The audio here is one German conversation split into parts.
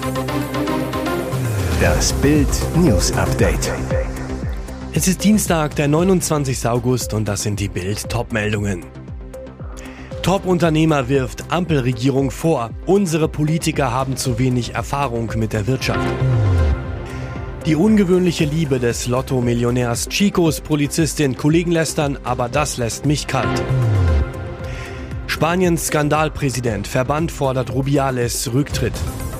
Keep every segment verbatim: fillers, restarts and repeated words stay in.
Das Bild News Update. Es ist Dienstag, der neunundzwanzigste August und das sind die Bild-Top-Meldungen. Top-Unternehmer wirft Ampelregierung vor, unsere Politiker haben zu wenig Erfahrung mit der Wirtschaft. Die ungewöhnliche Liebe des Lotto-Millionärs Chicos Polizistin, Kollegen lästern, aber das lässt mich kalt. Spaniens Skandalpräsident, Verband fordert Rubiales Rücktritt.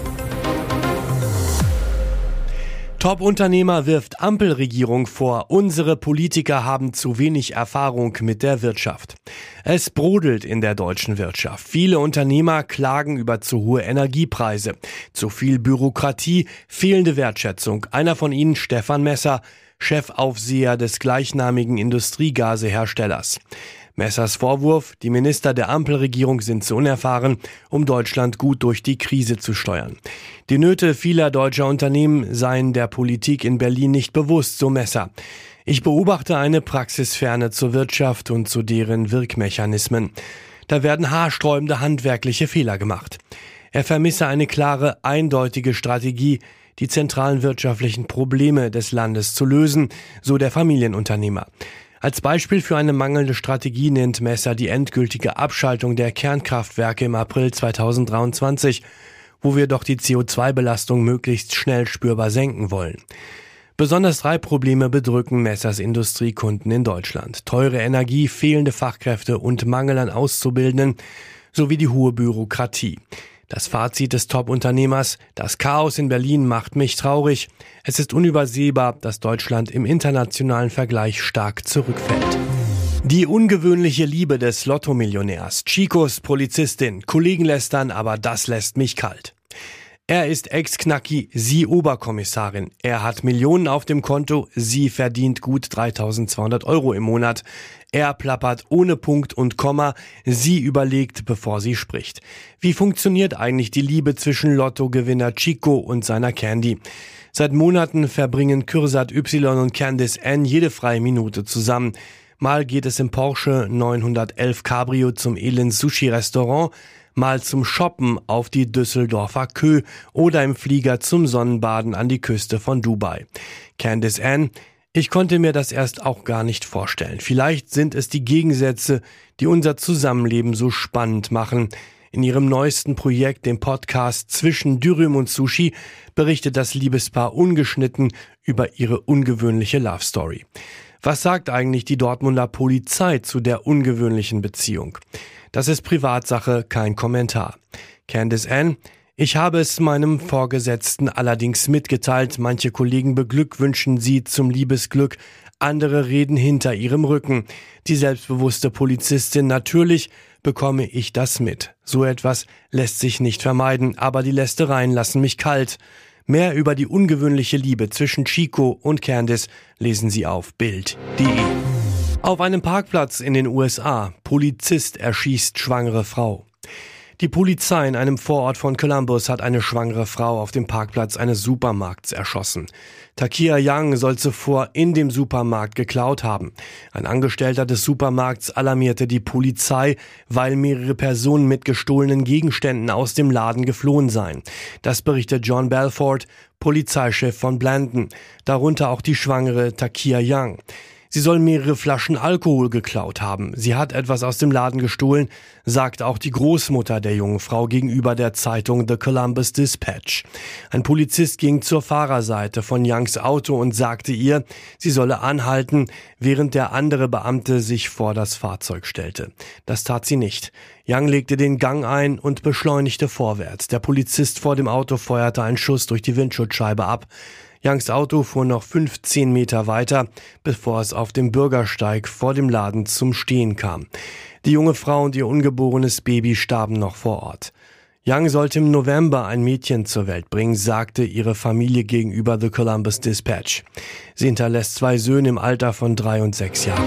Top-Unternehmer wirft Ampelregierung vor, unsere Politiker haben zu wenig Erfahrung mit der Wirtschaft. Es brodelt in der deutschen Wirtschaft. Viele Unternehmer klagen über zu hohe Energiepreise, zu viel Bürokratie, fehlende Wertschätzung. Einer von ihnen, Stefan Messer, Chefaufseher des gleichnamigen Industriegaseherstellers. Messers Vorwurf, die Minister der Ampelregierung sind zu unerfahren, um Deutschland gut durch die Krise zu steuern. Die Nöte vieler deutscher Unternehmen seien der Politik in Berlin nicht bewusst, so Messer. Ich beobachte eine Praxisferne zur Wirtschaft und zu deren Wirkmechanismen. Da werden haarsträubende handwerkliche Fehler gemacht. Er vermisse eine klare, eindeutige Strategie, die zentralen wirtschaftlichen Probleme des Landes zu lösen, so der Familienunternehmer. Als Beispiel für eine mangelnde Strategie nennt Messer die endgültige Abschaltung der Kernkraftwerke im April zweitausenddreiundzwanzig, wo wir doch die C O zwei Belastung möglichst schnell spürbar senken wollen. Besonders drei Probleme bedrücken Messers Industriekunden in Deutschland: teure Energie, fehlende Fachkräfte und Mangel an Auszubildenden sowie die hohe Bürokratie. Das Fazit des Top-Unternehmers: Das Chaos in Berlin macht mich traurig. Es ist unübersehbar, dass Deutschland im internationalen Vergleich stark zurückfällt. Die ungewöhnliche Liebe des Lotto-Millionärs Chicos Polizistin, Kollegen lästern, aber das lässt mich kalt. Er ist Ex-Knacki, sie Oberkommissarin. Er hat Millionen auf dem Konto, sie verdient gut dreitausendzweihundert Euro im Monat. Er plappert ohne Punkt und Komma, sie überlegt, bevor sie spricht. Wie funktioniert eigentlich die Liebe zwischen Lottogewinner Chico und seiner Candy? Seit Monaten verbringen Kürsat Y und Candice N jede freie Minute zusammen. Mal geht es im Porsche neunhundertelf Cabrio zum Elends Sushi-Restaurant, mal zum Shoppen auf die Düsseldorfer Kö oder im Flieger zum Sonnenbaden an die Küste von Dubai. Candice N: Ich konnte mir das erst auch gar nicht vorstellen. Vielleicht sind es die Gegensätze, die unser Zusammenleben so spannend machen. In ihrem neuesten Projekt, dem Podcast Zwischen Dürüm und Sushi, berichtet das Liebespaar ungeschnitten über ihre ungewöhnliche Love Story. Was sagt eigentlich die Dortmunder Polizei zu der ungewöhnlichen Beziehung? Das ist Privatsache, kein Kommentar. Candice N: Ich habe es meinem Vorgesetzten allerdings mitgeteilt. Manche Kollegen beglückwünschen sie zum Liebesglück, andere reden hinter ihrem Rücken. Die selbstbewusste Polizistin: Natürlich bekomme ich das mit. So etwas lässt sich nicht vermeiden, aber die Lästereien lassen mich kalt. Mehr über die ungewöhnliche Liebe zwischen Chico und Candice lesen Sie auf Bild punkt de. Auf einem Parkplatz in den U S A. Polizist erschießt schwangere Frau. Die Polizei in einem Vorort von Columbus hat eine schwangere Frau auf dem Parkplatz eines Supermarkts erschossen. Takia Young soll zuvor in dem Supermarkt geklaut haben. Ein Angestellter des Supermarkts alarmierte die Polizei, weil mehrere Personen mit gestohlenen Gegenständen aus dem Laden geflohen seien. Das berichtet John Belfort, Polizeichef von Blandon. Darunter auch die schwangere Takia Young. Sie soll mehrere Flaschen Alkohol geklaut haben. Sie hat etwas aus dem Laden gestohlen, sagt auch die Großmutter der jungen Frau gegenüber der Zeitung The Columbus Dispatch. Ein Polizist ging zur Fahrerseite von Youngs Auto und sagte ihr, sie solle anhalten, während der andere Beamte sich vor das Fahrzeug stellte. Das tat sie nicht. Young legte den Gang ein und beschleunigte vorwärts. Der Polizist vor dem Auto feuerte einen Schuss durch die Windschutzscheibe ab. Youngs Auto fuhr noch fünfzehn Meter weiter, bevor es auf dem Bürgersteig vor dem Laden zum Stehen kam. Die junge Frau und ihr ungeborenes Baby starben noch vor Ort. Young sollte im November ein Mädchen zur Welt bringen, sagte ihre Familie gegenüber The Columbus Dispatch. Sie hinterlässt zwei Söhne im Alter von drei und sechs Jahren.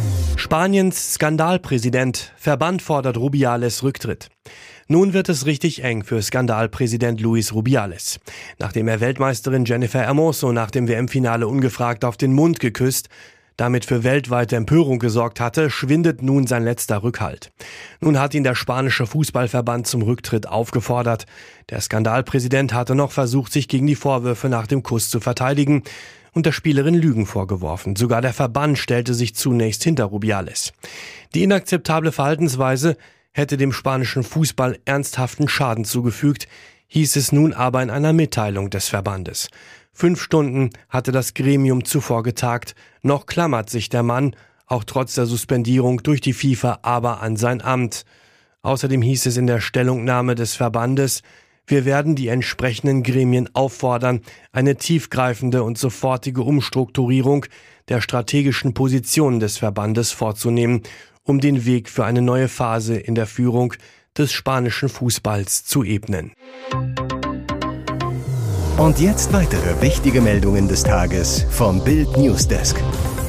Spaniens Skandalpräsident, Verband fordert Rubiales Rücktritt. Nun wird es richtig eng für Skandalpräsident Luis Rubiales. Nachdem er Weltmeisterin Jennifer Hermoso nach dem W M-Finale ungefragt auf den Mund geküsst, damit für weltweite Empörung gesorgt hatte, schwindet nun sein letzter Rückhalt. Nun hat ihn der spanische Fußballverband zum Rücktritt aufgefordert. Der Skandalpräsident hatte noch versucht, sich gegen die Vorwürfe nach dem Kuss zu verteidigen und der Spielerin Lügen vorgeworfen. Sogar der Verband stellte sich zunächst hinter Rubiales. Die inakzeptable Verhaltensweise hätte dem spanischen Fußball ernsthaften Schaden zugefügt, hieß es nun aber in einer Mitteilung des Verbandes. Fünf Stunden hatte das Gremium zuvor getagt, noch klammert sich der Mann, auch trotz der Suspendierung durch die FIFA, aber an sein Amt. Außerdem hieß es in der Stellungnahme des Verbandes, wir werden die entsprechenden Gremien auffordern, eine tiefgreifende und sofortige Umstrukturierung der strategischen Positionen des Verbandes vorzunehmen, um den Weg für eine neue Phase in der Führung des spanischen Fußballs zu ebnen. Und jetzt weitere wichtige Meldungen des Tages vom Bild Newsdesk.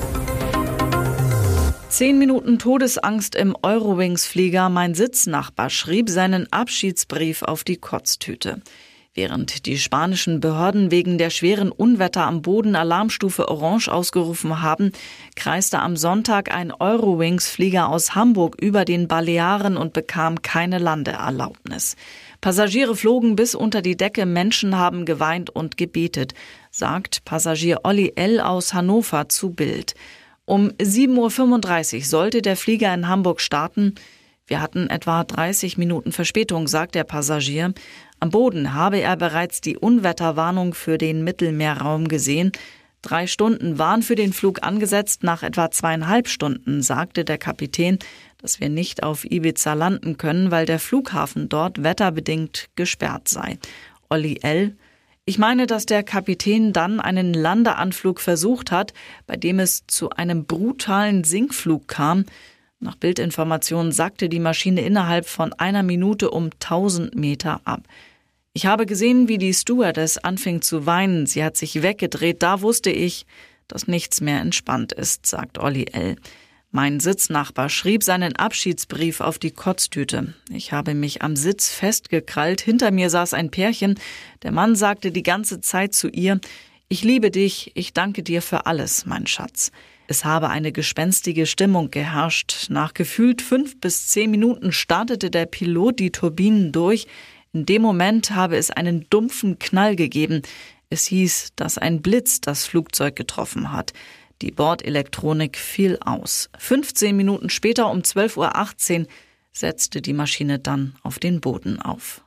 Zehn Minuten Todesangst im Eurowings-Flieger. Mein Sitznachbar schrieb seinen Abschiedsbrief auf die Kotztüte. Während die spanischen Behörden wegen der schweren Unwetter am Boden Alarmstufe Orange ausgerufen haben, kreiste am Sonntag ein Eurowings-Flieger aus Hamburg über den Balearen und bekam keine Landeerlaubnis. Passagiere flogen bis unter die Decke, Menschen haben geweint und gebetet, sagt Passagier Olli L. aus Hannover zu Bild. Um sieben Uhr fünfunddreißig sollte der Flieger in Hamburg starten. Wir hatten etwa dreißig Minuten Verspätung, sagt der Passagier. Am Boden habe er bereits die Unwetterwarnung für den Mittelmeerraum gesehen. Drei Stunden waren für den Flug angesetzt. Nach etwa zweieinhalb Stunden sagte der Kapitän, dass wir nicht auf Ibiza landen können, weil der Flughafen dort wetterbedingt gesperrt sei. Olli L. Ich meine, dass der Kapitän dann einen Landeanflug versucht hat, bei dem es zu einem brutalen Sinkflug kam. Nach Bildinformationen sackte die Maschine innerhalb von einer Minute um tausend Meter ab. Ich habe gesehen, wie die Stewardess anfing zu weinen. Sie hat sich weggedreht. Da wusste ich, dass nichts mehr entspannt ist, sagt Olli L. Mein Sitznachbar schrieb seinen Abschiedsbrief auf die Kotztüte. Ich habe mich am Sitz festgekrallt. Hinter mir saß ein Pärchen. Der Mann sagte die ganze Zeit zu ihr, ich liebe dich, ich danke dir für alles, mein Schatz. Es habe eine gespenstige Stimmung geherrscht. Nach gefühlt fünf bis zehn Minuten startete der Pilot die Turbinen durch. In dem Moment habe es einen dumpfen Knall gegeben. Es hieß, dass ein Blitz das Flugzeug getroffen hat. Die Bordelektronik fiel aus. fünfzehn Minuten später um zwölf Uhr achtzehn setzte die Maschine dann auf den Boden auf.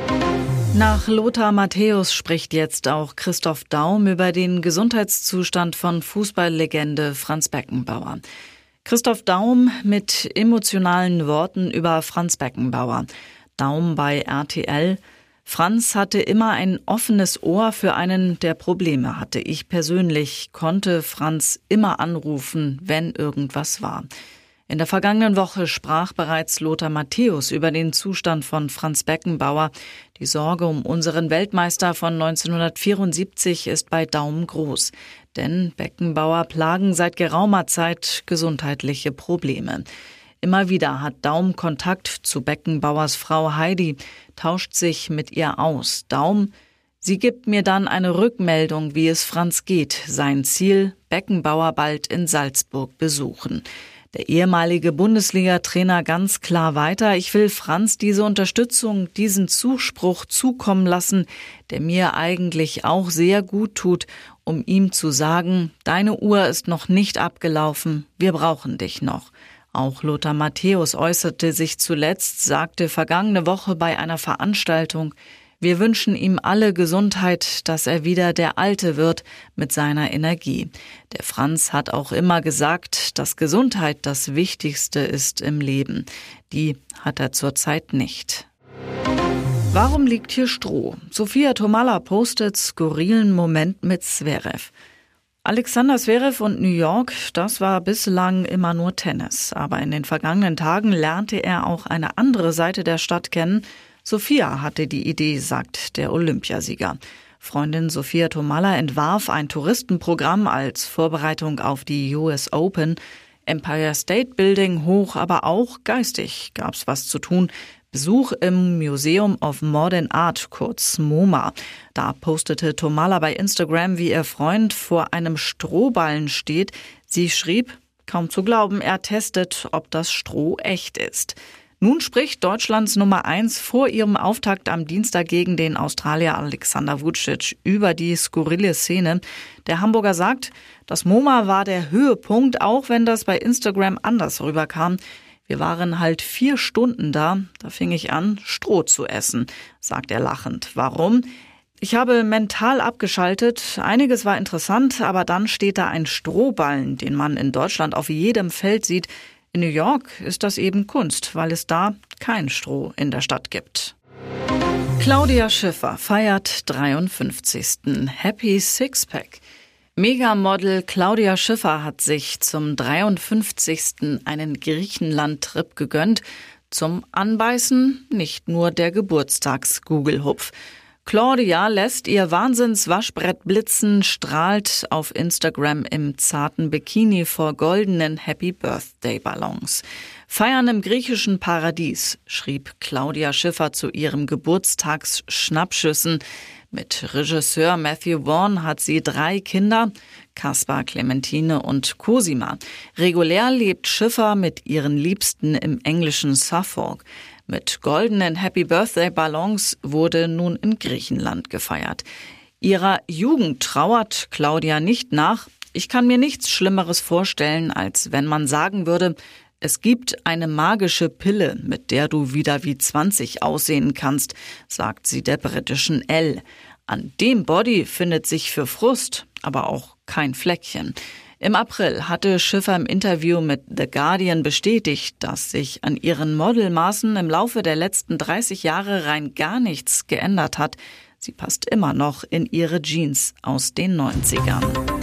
Nach Lothar Matthäus spricht jetzt auch Christoph Daum über den Gesundheitszustand von Fußballlegende Franz Beckenbauer. Christoph Daum mit emotionalen Worten über Franz Beckenbauer. Daum bei R T L. Franz hatte immer ein offenes Ohr für einen, der Probleme hatte. Ich persönlich konnte Franz immer anrufen, wenn irgendwas war. In der vergangenen Woche sprach bereits Lothar Matthäus über den Zustand von Franz Beckenbauer. Die Sorge um unseren Weltmeister von neunzehnhundertvierundsiebzig ist bei Daum groß. Denn Beckenbauer plagen seit geraumer Zeit gesundheitliche Probleme. Immer wieder hat Daum Kontakt zu Beckenbauers Frau Heidi, tauscht sich mit ihr aus. Daum, sie gibt mir dann eine Rückmeldung, wie es Franz geht. Sein Ziel, Beckenbauer bald in Salzburg besuchen. Der ehemalige Bundesliga-Trainer ganz klar weiter. Ich will Franz diese Unterstützung, diesen Zuspruch zukommen lassen, der mir eigentlich auch sehr gut tut, um ihm zu sagen, deine Uhr ist noch nicht abgelaufen, wir brauchen dich noch. Auch Lothar Matthäus äußerte sich zuletzt, sagte vergangene Woche bei einer Veranstaltung, wir wünschen ihm alle Gesundheit, dass er wieder der Alte wird mit seiner Energie. Der Franz hat auch immer gesagt, dass Gesundheit das Wichtigste ist im Leben. Die hat er zurzeit nicht. Warum liegt hier Stroh? Sophia Tomalla postet skurrilen Moment mit Zverev. Alexander Zverev und New York, das war bislang immer nur Tennis. Aber in den vergangenen Tagen lernte er auch eine andere Seite der Stadt kennen. Sophia hatte die Idee, sagt der Olympiasieger. Freundin Sophia Tomalla entwarf ein Touristenprogramm als Vorbereitung auf die U S Open. Empire State Building hoch, aber auch geistig gab's was zu tun. Besuch im Museum of Modern Art, kurz MoMA. Da postete Tomalla bei Instagram, wie ihr Freund vor einem Strohballen steht. Sie schrieb, kaum zu glauben, er testet, ob das Stroh echt ist. Nun spricht Deutschlands Nummer eins vor ihrem Auftakt am Dienstag gegen den Australier Alexander Vucic über die skurrile Szene. Der Hamburger sagt, das MoMA war der Höhepunkt, auch wenn das bei Instagram anders rüberkam. Wir waren halt vier Stunden da, da fing ich an, Stroh zu essen, sagt er lachend. Warum? Ich habe mental abgeschaltet, einiges war interessant, aber dann steht da ein Strohballen, den man in Deutschland auf jedem Feld sieht. In New York ist das eben Kunst, weil es da kein Stroh in der Stadt gibt. Claudia Schiffer feiert dreiundfünfzigsten Happy Sixpack. Megamodel Claudia Schiffer hat sich zum dreiundfünfzigsten einen Griechenland-Trip gegönnt. Zum Anbeißen nicht nur der Geburtstags-Google-Hupf. Claudia lässt ihr Wahnsinns-Waschbrett blitzen, strahlt auf Instagram im zarten Bikini vor goldenen Happy-Birthday-Ballons. Feiern im griechischen Paradies, schrieb Claudia Schiffer zu ihrem Geburtstagsschnappschüssen. Mit Regisseur Matthew Vaughn hat sie drei Kinder, Kaspar, Clementine und Cosima. Regulär lebt Schiffer mit ihren Liebsten im englischen Suffolk. Mit goldenen Happy-Birthday-Ballons wurde nun in Griechenland gefeiert. Ihrer Jugend trauert Claudia nicht nach. Ich kann mir nichts Schlimmeres vorstellen, als wenn man sagen würde, es gibt eine magische Pille, mit der du wieder wie zwanzig aussehen kannst, sagt sie der britischen Elle. An dem Body findet sich für Frust aber auch kein Fleckchen. Im April hatte Schiffer im Interview mit The Guardian bestätigt, dass sich an ihren Modelmaßen im Laufe der letzten dreißig Jahre rein gar nichts geändert hat. Sie passt immer noch in ihre Jeans aus den neunzigern.